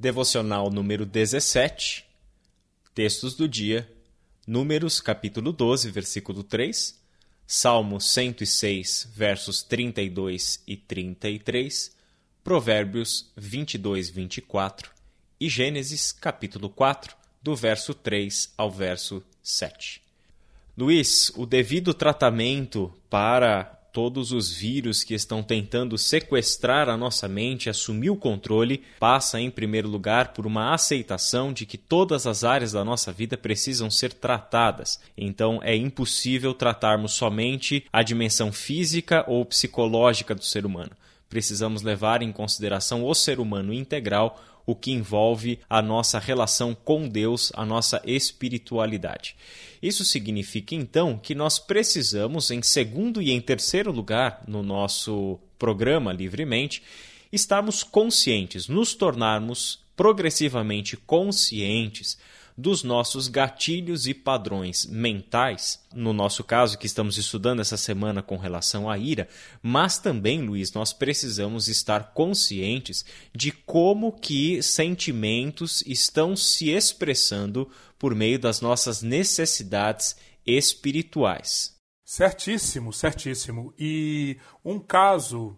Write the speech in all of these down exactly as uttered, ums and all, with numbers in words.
Devocional número dezessete, textos do dia, Números capítulo doze, versículo três, Salmo cento e seis, versos trinta e dois e trinta e três, Provérbios vinte e dois, vinte e quatro e Gênesis capítulo quatro, do verso três ao verso sete. Luiz, o devido tratamento para todos os vírus que estão tentando sequestrar a nossa mente, assumir o controle, passa em primeiro lugar por uma aceitação de que todas as áreas da nossa vida precisam ser tratadas. Então é impossível tratarmos somente a dimensão física ou psicológica do ser humano. Precisamos levar em consideração o ser humano integral, o que envolve a nossa relação com Deus, a nossa espiritualidade. Isso significa, então, que nós precisamos, em segundo e em terceiro lugar, no nosso programa Livremente, estarmos conscientes, nos tornarmos progressivamente conscientes dos nossos gatilhos e padrões mentais, no nosso caso que estamos estudando essa semana com relação à ira, mas também, Luiz, nós precisamos estar conscientes de como que sentimentos estão se expressando por meio das nossas necessidades espirituais. Certíssimo, certíssimo. E um caso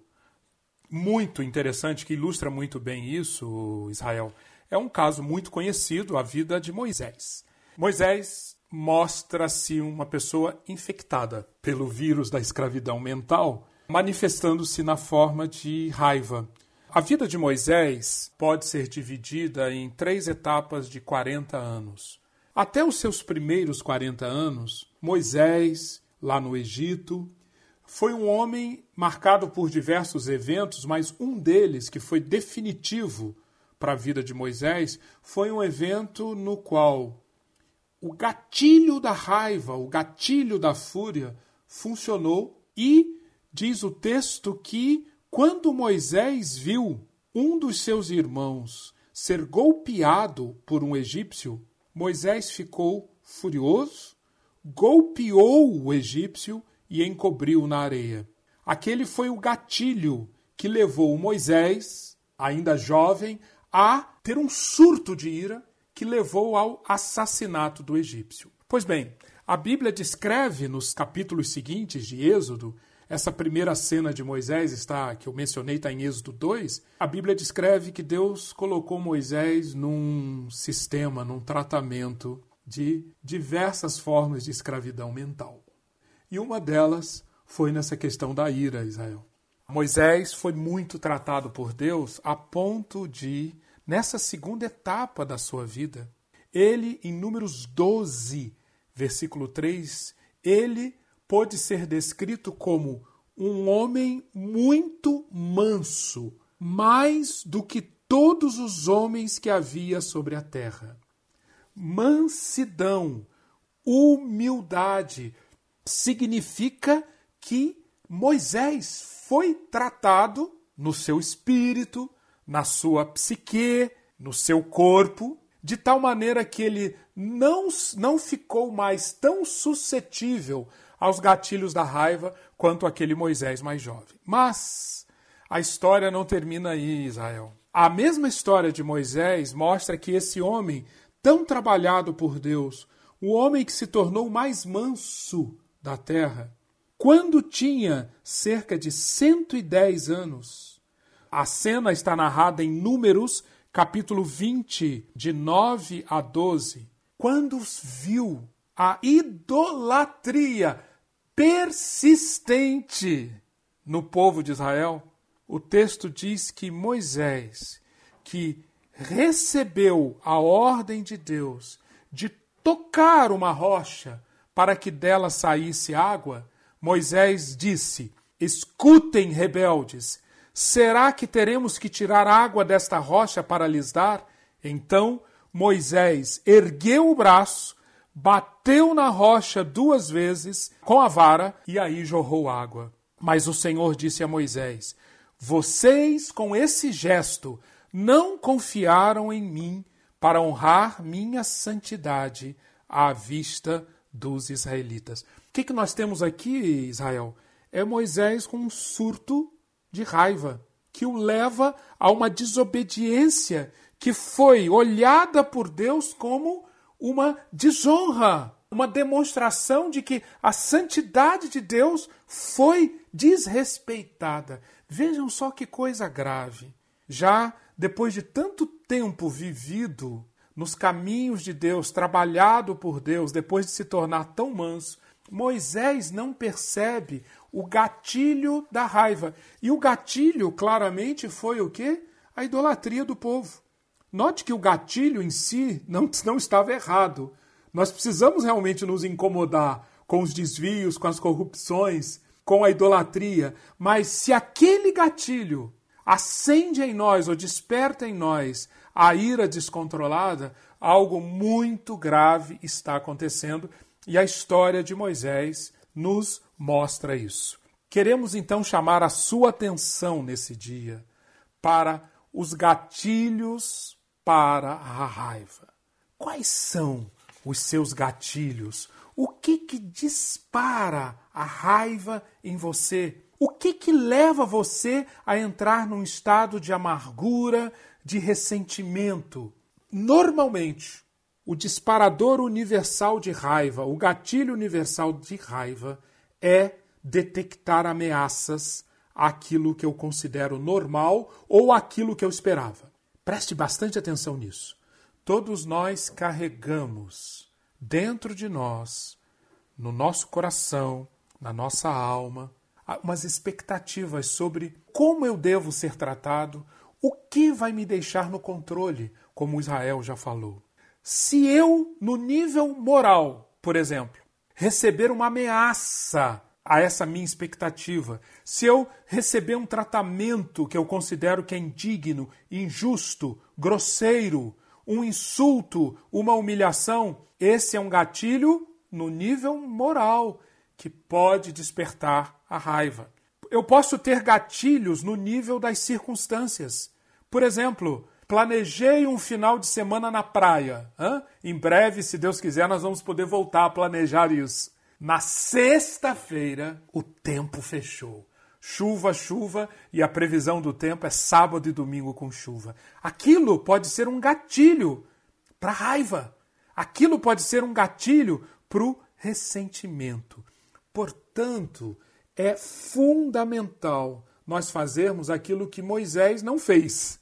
muito interessante que ilustra muito bem isso, Israel, é um caso muito conhecido, a vida de Moisés. Moisés mostra-se uma pessoa infectada pelo vírus da escravidão mental, manifestando-se na forma de raiva. A vida de Moisés pode ser dividida em três etapas de quarenta anos. Até os seus primeiros quarenta anos, Moisés, lá no Egito, foi um homem marcado por diversos eventos, mas um deles, que foi definitivo para a vida de Moisés, foi um evento no qual o gatilho da raiva, o gatilho da fúria funcionou e diz o texto que quando Moisés viu um dos seus irmãos ser golpeado por um egípcio, Moisés ficou furioso, golpeou o egípcio e encobriu na areia. Aquele foi o gatilho que levou Moisés, ainda jovem, a ter um surto de ira que levou ao assassinato do egípcio. Pois bem, a Bíblia descreve nos capítulos seguintes de Êxodo, essa primeira cena de Moisés está, que eu mencionei está em Êxodo dois, a Bíblia descreve que Deus colocou Moisés num sistema, num tratamento de diversas formas de escravidão mental. E uma delas foi nessa questão da ira, Israel. Moisés foi muito tratado por Deus a ponto de, nessa segunda etapa da sua vida, ele, em Números doze, versículo três, ele pôde ser descrito como um homem muito manso, mais do que todos os homens que havia sobre a terra. Mansidão, humildade, significa que Moisés foi tratado no seu espírito, na sua psique, no seu corpo, de tal maneira que ele não, não ficou mais tão suscetível aos gatilhos da raiva quanto aquele Moisés mais jovem. Mas a história não termina aí, Israel. A mesma história de Moisés mostra que esse homem, tão trabalhado por Deus, o homem que se tornou mais manso da terra, quando tinha cerca de cento e dez anos, a cena está narrada em Números, capítulo vinte, de nove a doze, quando viu a idolatria persistente no povo de Israel, o texto diz que Moisés, que recebeu a ordem de Deus de tocar uma rocha para que dela saísse água, Moisés disse: escutem, rebeldes, será que teremos que tirar água desta rocha para lhes dar? Então Moisés ergueu o braço, bateu na rocha duas vezes com a vara e aí jorrou água. Mas o Senhor disse a Moisés: vocês com esse gesto não confiaram em mim para honrar minha santidade à vista dos israelitas. O que, que nós temos aqui, Israel? É Moisés com um surto de raiva, que o leva a uma desobediência que foi olhada por Deus como uma desonra, uma demonstração de que a santidade de Deus foi desrespeitada. Vejam só que coisa grave. Já depois de tanto tempo vivido nos caminhos de Deus, trabalhado por Deus, depois de se tornar tão manso, Moisés não percebe o gatilho da raiva. E o gatilho, claramente, foi o quê? A idolatria do povo. Note que o gatilho em si não, não estava errado. Nós precisamos realmente nos incomodar com os desvios, com as corrupções, com a idolatria. Mas se aquele gatilho acende em nós ou desperta em nós a ira descontrolada, algo muito grave está acontecendo e a história de Moisés nos mostra isso. Queremos então chamar a sua atenção nesse dia para os gatilhos para a raiva. Quais são os seus gatilhos? O que que dispara a raiva em você? O que que leva você a entrar num estado de amargura, de ressentimento? Normalmente, o disparador universal de raiva, o gatilho universal de raiva é detectar ameaças àquilo que eu considero normal ou àquilo que eu esperava. Preste bastante atenção nisso. Todos nós carregamos dentro de nós, no nosso coração, na nossa alma, umas expectativas sobre como eu devo ser tratado, o que vai me deixar no controle, como Israel já falou. Se eu, no nível moral, por exemplo, receber uma ameaça a essa minha expectativa, se eu receber um tratamento que eu considero que é indigno, injusto, grosseiro, um insulto, uma humilhação, esse é um gatilho no nível moral que pode despertar a raiva. Eu posso ter gatilhos no nível das circunstâncias. Por exemplo, planejei um final de semana na praia. Hã? Em breve, se Deus quiser, nós vamos poder voltar a planejar isso. Na sexta-feira, o tempo fechou. Chuva, chuva, e a previsão do tempo é sábado e domingo com chuva. Aquilo pode ser um gatilho para a raiva. Aquilo pode ser um gatilho para o ressentimento. Portanto, é fundamental nós fazermos aquilo que Moisés não fez.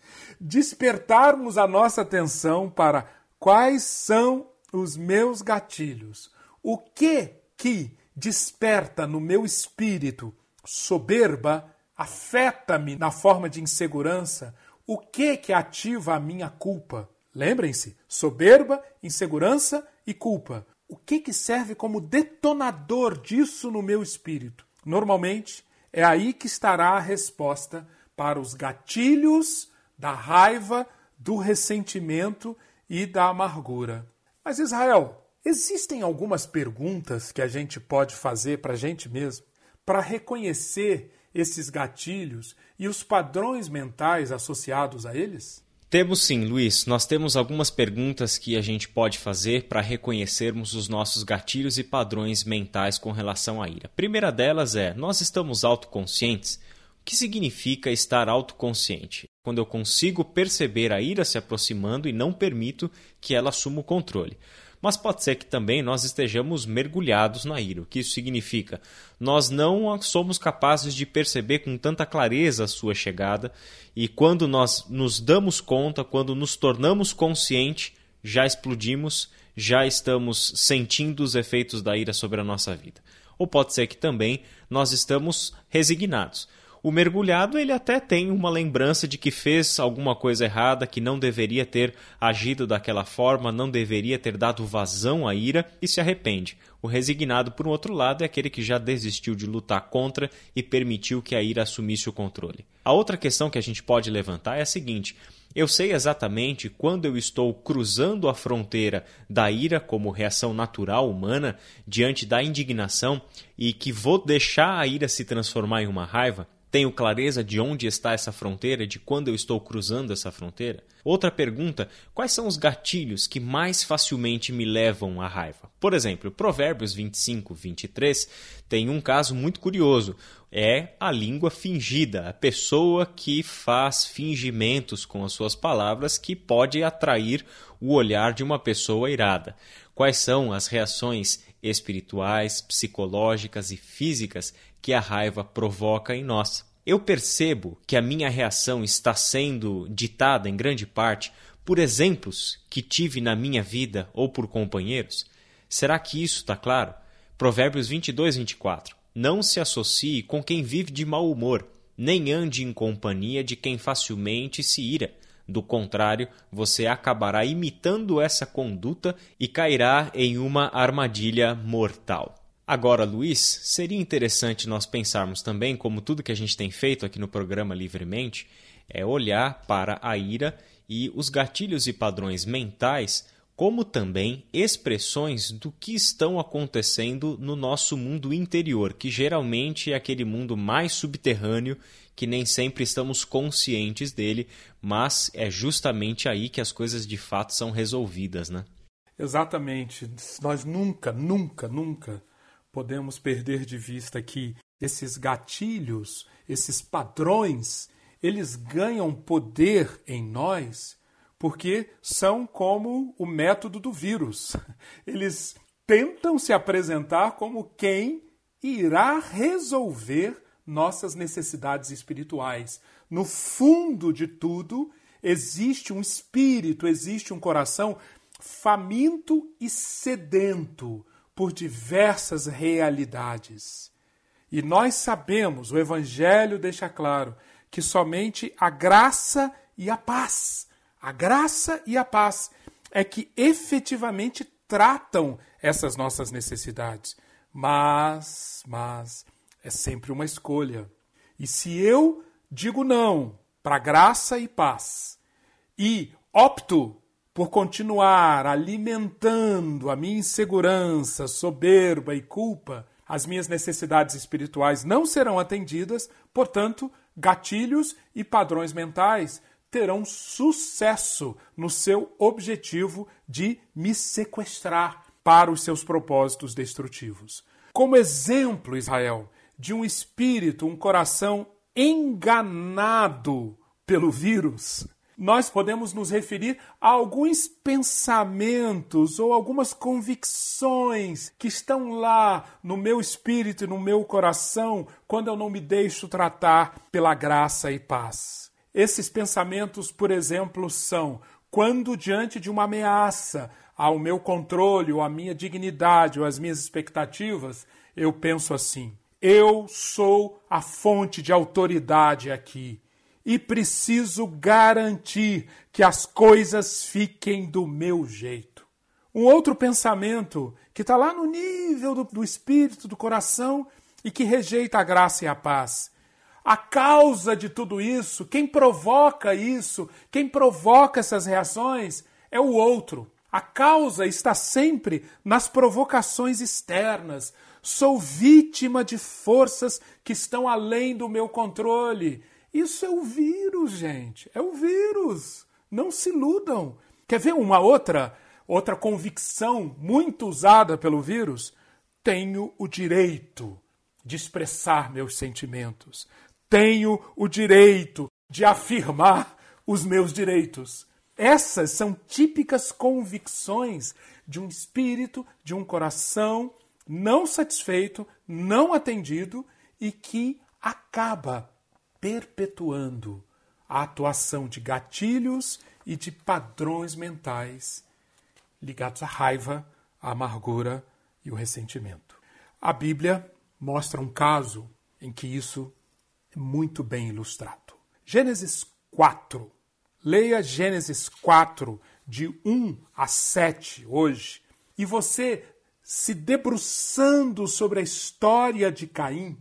Despertarmos a nossa atenção para quais são os meus gatilhos. O que que desperta no meu espírito soberba, afeta-me na forma de insegurança? O que que ativa a minha culpa? Lembrem-se, soberba, insegurança e culpa. O que que serve como detonador disso no meu espírito? Normalmente, é aí que estará a resposta para os gatilhos da raiva, do ressentimento e da amargura. Mas, Israel, existem algumas perguntas que a gente pode fazer para a gente mesmo para reconhecer esses gatilhos e os padrões mentais associados a eles? Temos sim, Luiz. Nós temos algumas perguntas que a gente pode fazer para reconhecermos os nossos gatilhos e padrões mentais com relação à ira. A primeira delas é, nós estamos autoconscientes? O que significa estar autoconsciente? Quando eu consigo perceber a ira se aproximando e não permito que ela assuma o controle. Mas pode ser que também nós estejamos mergulhados na ira. O que isso significa? Nós não somos capazes de perceber com tanta clareza a sua chegada e quando nós nos damos conta, quando nos tornamos conscientes, já explodimos, já estamos sentindo os efeitos da ira sobre a nossa vida. Ou pode ser que também nós estamos resignados. O mergulhado ele até tem uma lembrança de que fez alguma coisa errada, que não deveria ter agido daquela forma, não deveria ter dado vazão à ira e se arrepende. O resignado, por um outro lado, é aquele que já desistiu de lutar contra e permitiu que a ira assumisse o controle. A outra questão que a gente pode levantar é a seguinte: eu sei exatamente quando eu estou cruzando a fronteira da ira como reação natural humana diante da indignação e que vou deixar a ira se transformar em uma raiva. Tenho clareza de onde está essa fronteira, de quando eu estou cruzando essa fronteira? Outra pergunta, quais são os gatilhos que mais facilmente me levam à raiva? Por exemplo, Provérbios vinte e cinco, vinte e três tem um caso muito curioso. É a língua fingida, a pessoa que faz fingimentos com as suas palavras que pode atrair o olhar de uma pessoa irada. Quais são as reações espirituais, psicológicas e físicas que a raiva provoca em nós? Eu percebo que a minha reação está sendo ditada em grande parte por exemplos que tive na minha vida ou por companheiros? Será que isso está claro? Provérbios vinte e dois, vinte e quatro. Não se associe com quem vive de mau humor, nem ande em companhia de quem facilmente se ira. Do contrário, você acabará imitando essa conduta e cairá em uma armadilha mortal. Agora, Luiz, seria interessante nós pensarmos também, como tudo que a gente tem feito aqui no programa Livremente, é olhar para a ira e os gatilhos e padrões mentais como também expressões do que estão acontecendo no nosso mundo interior, que geralmente é aquele mundo mais subterrâneo, que nem sempre estamos conscientes dele, mas é justamente aí que as coisas de fato são resolvidas, né? Exatamente. Nós nunca, nunca, nunca podemos perder de vista que esses gatilhos, esses padrões, eles ganham poder em nós porque são como o método do vírus. Eles tentam se apresentar como quem irá resolver nossas necessidades espirituais. No fundo de tudo, existe um espírito, existe um coração faminto e sedento por diversas realidades. E nós sabemos, o Evangelho deixa claro, que somente a graça e a paz, a graça e a paz é que efetivamente tratam essas nossas necessidades. Mas, mas, é sempre uma escolha. E se eu digo não para graça e paz e opto por continuar alimentando a minha insegurança, soberba e culpa, as minhas necessidades espirituais não serão atendidas, portanto, gatilhos e padrões mentais terão sucesso no seu objetivo de me sequestrar para os seus propósitos destrutivos. Como exemplo, Israel, de um espírito, um coração enganado pelo vírus, nós podemos nos referir a alguns pensamentos ou algumas convicções que estão lá no meu espírito e no meu coração quando eu não me deixo tratar pela graça e paz. Esses pensamentos, por exemplo, são quando diante de uma ameaça ao meu controle, ou à minha dignidade, ou às minhas expectativas, eu penso assim: eu sou a fonte de autoridade aqui e preciso garantir que as coisas fiquem do meu jeito. Um outro pensamento que está lá no nível do, do espírito, do coração, e que rejeita a graça e a paz. A causa de tudo isso, quem provoca isso, quem provoca essas reações, é o outro. A causa está sempre nas provocações externas. Sou vítima de forças que estão além do meu controle. Isso é o vírus, gente. É o vírus. Não se iludam. Quer ver uma outra, outra convicção muito usada pelo vírus? Tenho o direito de expressar meus sentimentos. Tenho o direito de afirmar os meus direitos. Essas são típicas convicções de um espírito, de um coração não satisfeito, não atendido e que acaba perpetuando a atuação de gatilhos e de padrões mentais ligados à raiva, à amargura e o ressentimento. A Bíblia mostra um caso em que isso é muito bem ilustrado. Gênesis quatro. Leia Gênesis quatro, de um a sete, hoje, e você, se debruçando sobre a história de Caim,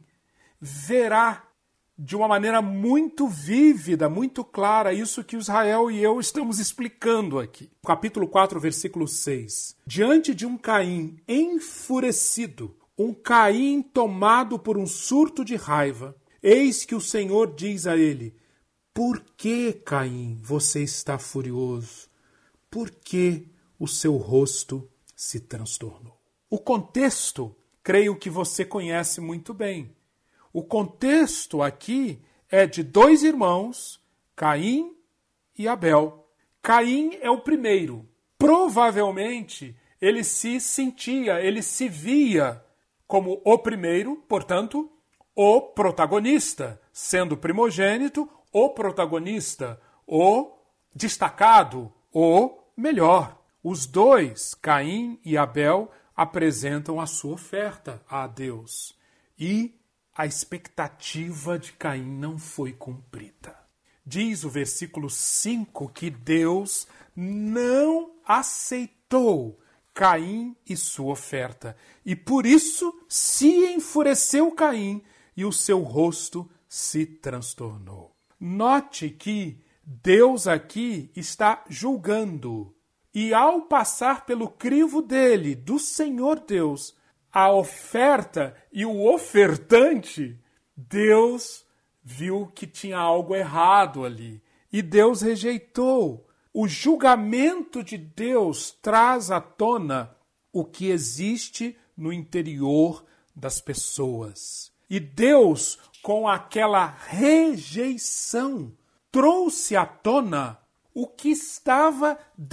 verá de uma maneira muito vívida, muito clara, isso que Israel e eu estamos explicando aqui. Capítulo quatro, versículo seis. Diante de um Caim enfurecido, um Caim tomado por um surto de raiva, Eis que o Senhor diz a ele: por que, Caim, você está furioso? Por que o seu rosto se transtornou? O contexto, creio que você conhece muito bem. O contexto aqui é de dois irmãos, Caim e Abel. Caim é o primeiro. Provavelmente, ele se sentia, ele se via como o primeiro, portanto, o protagonista, sendo primogênito, o protagonista, o destacado, o melhor. Os dois, Caim e Abel, apresentam a sua oferta a Deus. E a expectativa de Caim não foi cumprida. Diz o versículo cinco que Deus não aceitou Caim e sua oferta. E por isso se enfureceu Caim e o seu rosto se transtornou. Note que Deus aqui está julgando. E ao passar pelo crivo dele, do Senhor Deus, a oferta e o ofertante, Deus viu que tinha algo errado ali. E Deus rejeitou. O julgamento de Deus traz à tona o que existe no interior das pessoas. E Deus, com aquela rejeição, trouxe à tona o que estava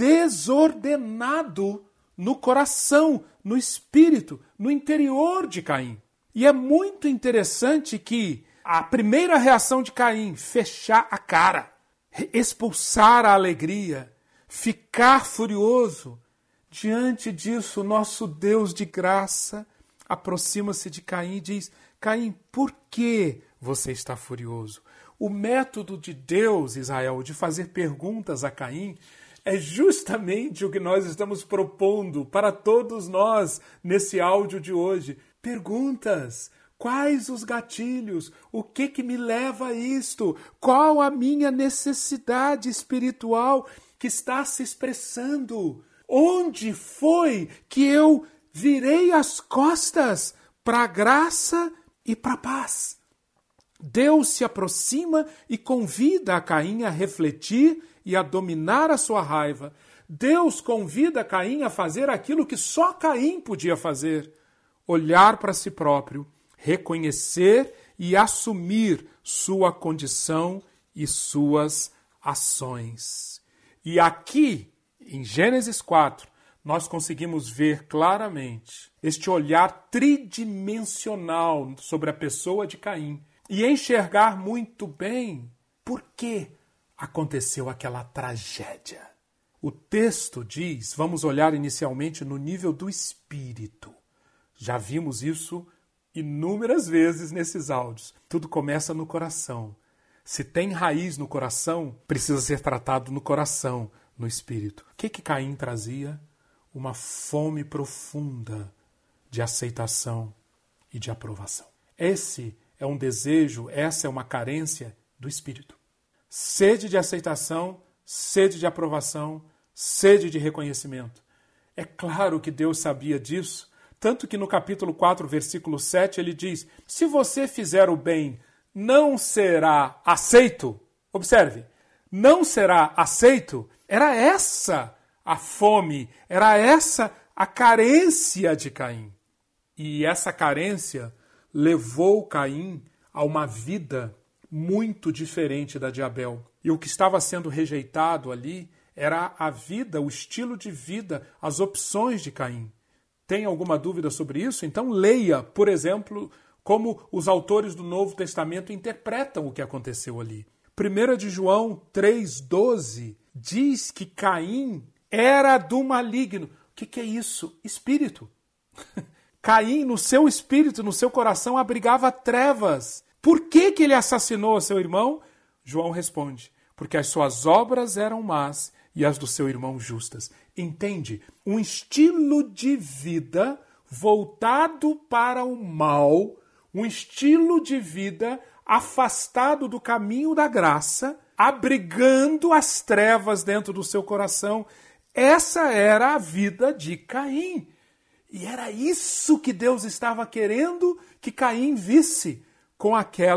desordenado no coração, no espírito, no interior de Caim. E é muito interessante que a primeira reação de Caim, fechar a cara, expulsar a alegria, ficar furioso. Diante disso, nosso Deus de graça aproxima-se de Caim e diz: Caim, por que você está furioso? O método de Deus, Israel, de fazer perguntas a Caim é justamente o que nós estamos propondo para todos nós nesse áudio de hoje. Perguntas. Quais os gatilhos? O que que me leva a isto? Qual a minha necessidade espiritual que está se expressando? Onde foi que eu virei as costas para a graça e para a paz? Deus se aproxima e convida a Caim a refletir e a dominar a sua raiva. Deus convida Caim a fazer aquilo que só Caim podia fazer: olhar para si próprio, reconhecer e assumir sua condição e suas ações. E aqui, em Gênesis quatro, nós conseguimos ver claramente este olhar tridimensional sobre a pessoa de Caim e enxergar muito bem por que aconteceu aquela tragédia. O texto diz, vamos olhar inicialmente no nível do espírito. Já vimos isso inúmeras vezes nesses áudios. Tudo começa no coração. Se tem raiz no coração, precisa ser tratado no coração, no espírito. O que que Caim trazia? Uma fome profunda de aceitação e de aprovação. Esse é um desejo, essa é uma carência do espírito. Sede de aceitação, sede de aprovação, sede de reconhecimento. É claro que Deus sabia disso, tanto que no capítulo quatro, versículo sete, ele diz: se você fizer o bem, não será aceito. Observe, não será aceito. Era essa a fome, era essa a carência de Caim. E essa carência levou Caim a uma vida muito diferente da de Abel. E o que estava sendo rejeitado ali era a vida, o estilo de vida, as opções de Caim. Tem alguma dúvida sobre isso? Então leia, por exemplo, como os autores do Novo Testamento interpretam o que aconteceu ali. primeira de João três, doze diz que Caim era do maligno. O que, que é isso? Espírito. Caim, no seu espírito, no seu coração, abrigava trevas. Por que, que ele assassinou seu irmão? João responde: porque as suas obras eram más e as do seu irmão justas. Entende? Um estilo de vida voltado para o mal, um estilo de vida afastado do caminho da graça, abrigando as trevas dentro do seu coração. Essa era a vida de Caim. E era isso que Deus estava querendo que Caim visse com aquela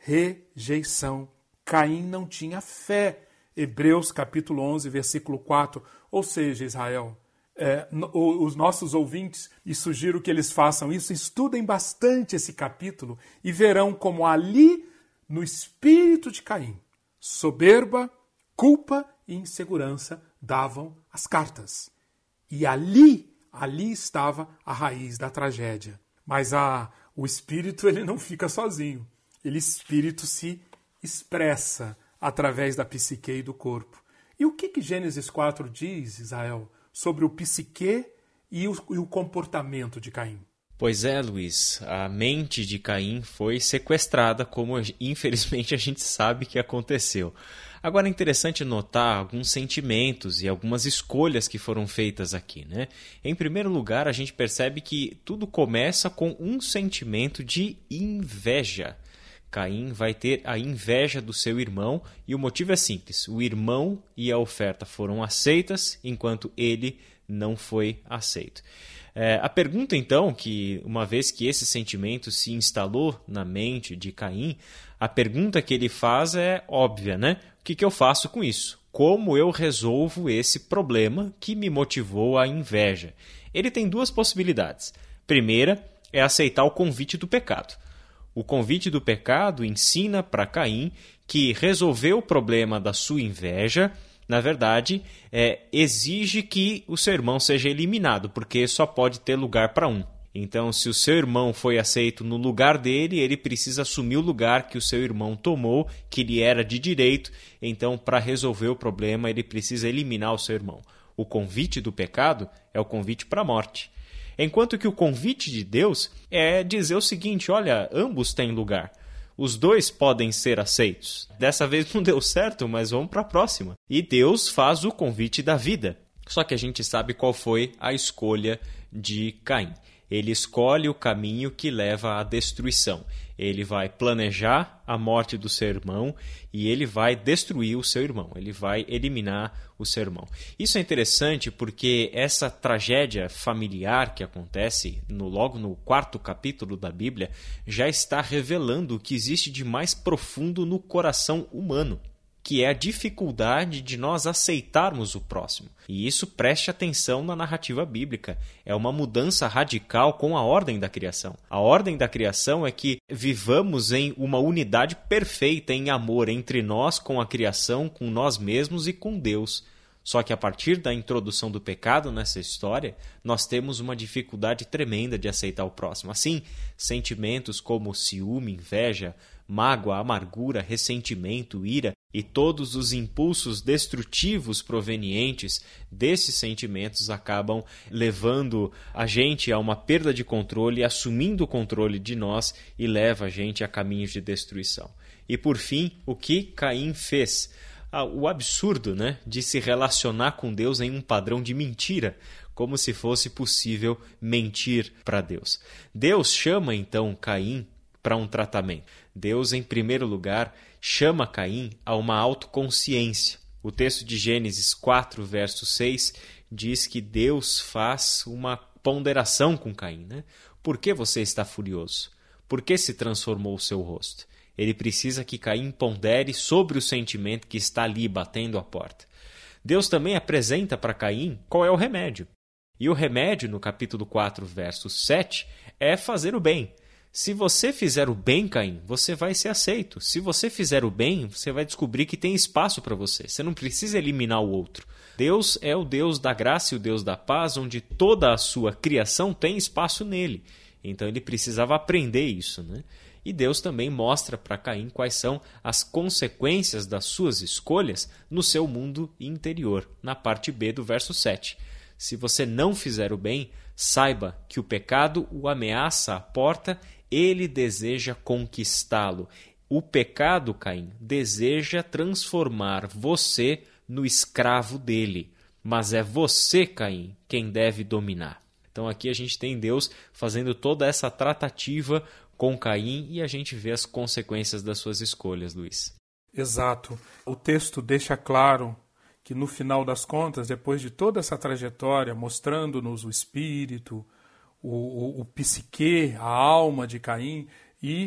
rejeição. Caim não tinha fé. Hebreus capítulo onze, versículo quatro. Ou seja, Israel, é, os nossos ouvintes, e sugiro que eles façam isso, estudem bastante esse capítulo e verão como ali, no espírito de Caim, soberba, culpa e insegurança davam as cartas. E ali, ali estava a raiz da tragédia. Mas a, o espírito ele não fica sozinho. Ele espírito se expressa através da psique e do corpo. E o que, que Gênesis quatro diz, Israel, sobre o psique e o, e o comportamento de Caim? Pois é, Luiz, a mente de Caim foi sequestrada, como infelizmente a gente sabe que aconteceu. Agora é interessante notar alguns sentimentos e algumas escolhas que foram feitas aqui, né? Em primeiro lugar, a gente percebe que tudo começa com um sentimento de inveja. Caim vai ter a inveja do seu irmão e o motivo é simples. O irmão e a oferta foram aceitas enquanto ele não foi aceito. É, a pergunta então, que uma vez que esse sentimento se instalou na mente de Caim, a pergunta que ele faz é óbvia, né? O que, que eu faço com isso? Como eu resolvo esse problema que me motivou à inveja? Ele tem duas possibilidades. Primeira é aceitar o convite do pecado. O convite do pecado ensina para Caim que resolver o problema da sua inveja, na verdade, é, exige que o seu irmão seja eliminado, porque só pode ter lugar para um. Então, se o seu irmão foi aceito no lugar dele, ele precisa assumir o lugar que o seu irmão tomou, que lhe era de direito. Então, para resolver o problema, ele precisa eliminar o seu irmão. O convite do pecado é o convite para a morte. Enquanto que o convite de Deus é dizer o seguinte, olha, ambos têm lugar. Os dois podem ser aceitos. Dessa vez não deu certo, mas vamos para a próxima. E Deus faz o convite da vida. Só que a gente sabe qual foi a escolha de Caim. Ele escolhe o caminho que leva à destruição. Ele vai planejar a morte do seu irmão e ele vai destruir o seu irmão. Ele vai eliminar o seu irmão. Isso é interessante porque essa tragédia familiar que acontece no, logo no quarto capítulo da Bíblia já está revelando o que existe de mais profundo no coração humano, que é a dificuldade de nós aceitarmos o próximo. E isso preste atenção na narrativa bíblica. É uma mudança radical com a ordem da criação. A ordem da criação é que vivamos em uma unidade perfeita em amor entre nós com a criação, com nós mesmos e com Deus. Só que a partir da introdução do pecado nessa história, nós temos uma dificuldade tremenda de aceitar o próximo. Assim, sentimentos como ciúme, inveja, mágoa, amargura, ressentimento, ira e todos os impulsos destrutivos provenientes desses sentimentos acabam levando a gente a uma perda de controle, assumindo o controle de nós e leva a gente a caminhos de destruição. E por fim, o que Caim fez? Ah, o absurdo, né, de se relacionar com Deus em um padrão de mentira, como se fosse possível mentir para Deus. Deus chama então Caim para um tratamento. Deus, em primeiro lugar, chama Caim a uma autoconsciência. O texto de Gênesis quatro, verso seis, diz que Deus faz uma ponderação com Caim, né? Por que você está furioso? Por que se transformou o seu rosto? Ele precisa que Caim pondere sobre o sentimento que está ali batendo a porta. Deus também apresenta para Caim qual é o remédio. E o remédio, no capítulo quatro, verso sete, é fazer o bem. Se você fizer o bem, Caim, você vai ser aceito. Se você fizer o bem, você vai descobrir que tem espaço para você. Você não precisa eliminar o outro. Deus é o Deus da graça e o Deus da paz, onde toda a sua criação tem espaço nele. Então ele precisava aprender isso, né? E Deus também mostra para Caim quais são as consequências das suas escolhas no seu mundo interior, na parte B do verso sete. Se você não fizer o bem, saiba que o pecado o ameaça à porta, ele deseja conquistá-lo. O pecado, Caim, deseja transformar você no escravo dele. Mas é você, Caim, quem deve dominar. Então aqui a gente tem Deus fazendo toda essa tratativa com Caim e a gente vê as consequências das suas escolhas, Luiz. Exato. O texto deixa claro que no final das contas, depois de toda essa trajetória, mostrando-nos o espírito, o, o, o psique, a alma de Caim e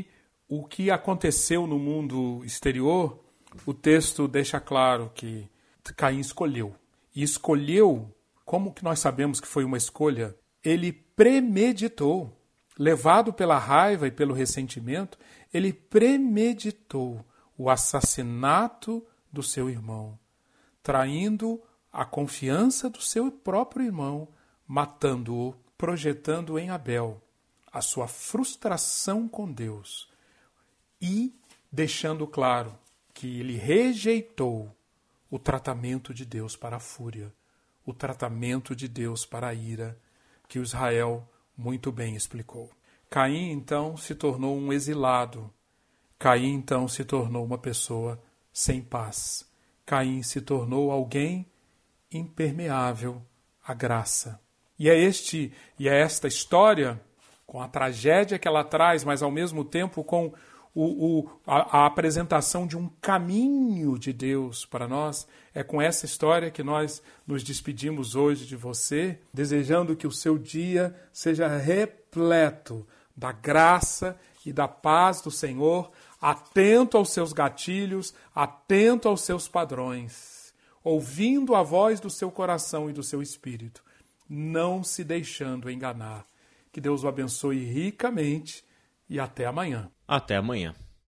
o que aconteceu no mundo exterior, o texto deixa claro que Caim escolheu. E escolheu, como que nós sabemos que foi uma escolha? Ele premeditou, levado pela raiva e pelo ressentimento, ele premeditou o assassinato do seu irmão, traindo a confiança do seu próprio irmão, matando-o, projetando em Abel a sua frustração com Deus e deixando claro que ele rejeitou o tratamento de Deus para a fúria, o tratamento de Deus para a ira, que o Israel muito bem explicou. Caim, então, se tornou um exilado. Caim, então, se tornou uma pessoa sem paz. Caim se tornou alguém impermeável à graça. E é, este, e é esta história, com a tragédia que ela traz, mas ao mesmo tempo com o, o, a, a apresentação de um caminho de Deus para nós, é com essa história que nós nos despedimos hoje de você, desejando que o seu dia seja repleto da graça e da paz do Senhor, atento aos seus gatilhos, atento aos seus padrões, ouvindo a voz do seu coração e do seu espírito, não se deixando enganar. Que Deus o abençoe ricamente e até amanhã. Até amanhã.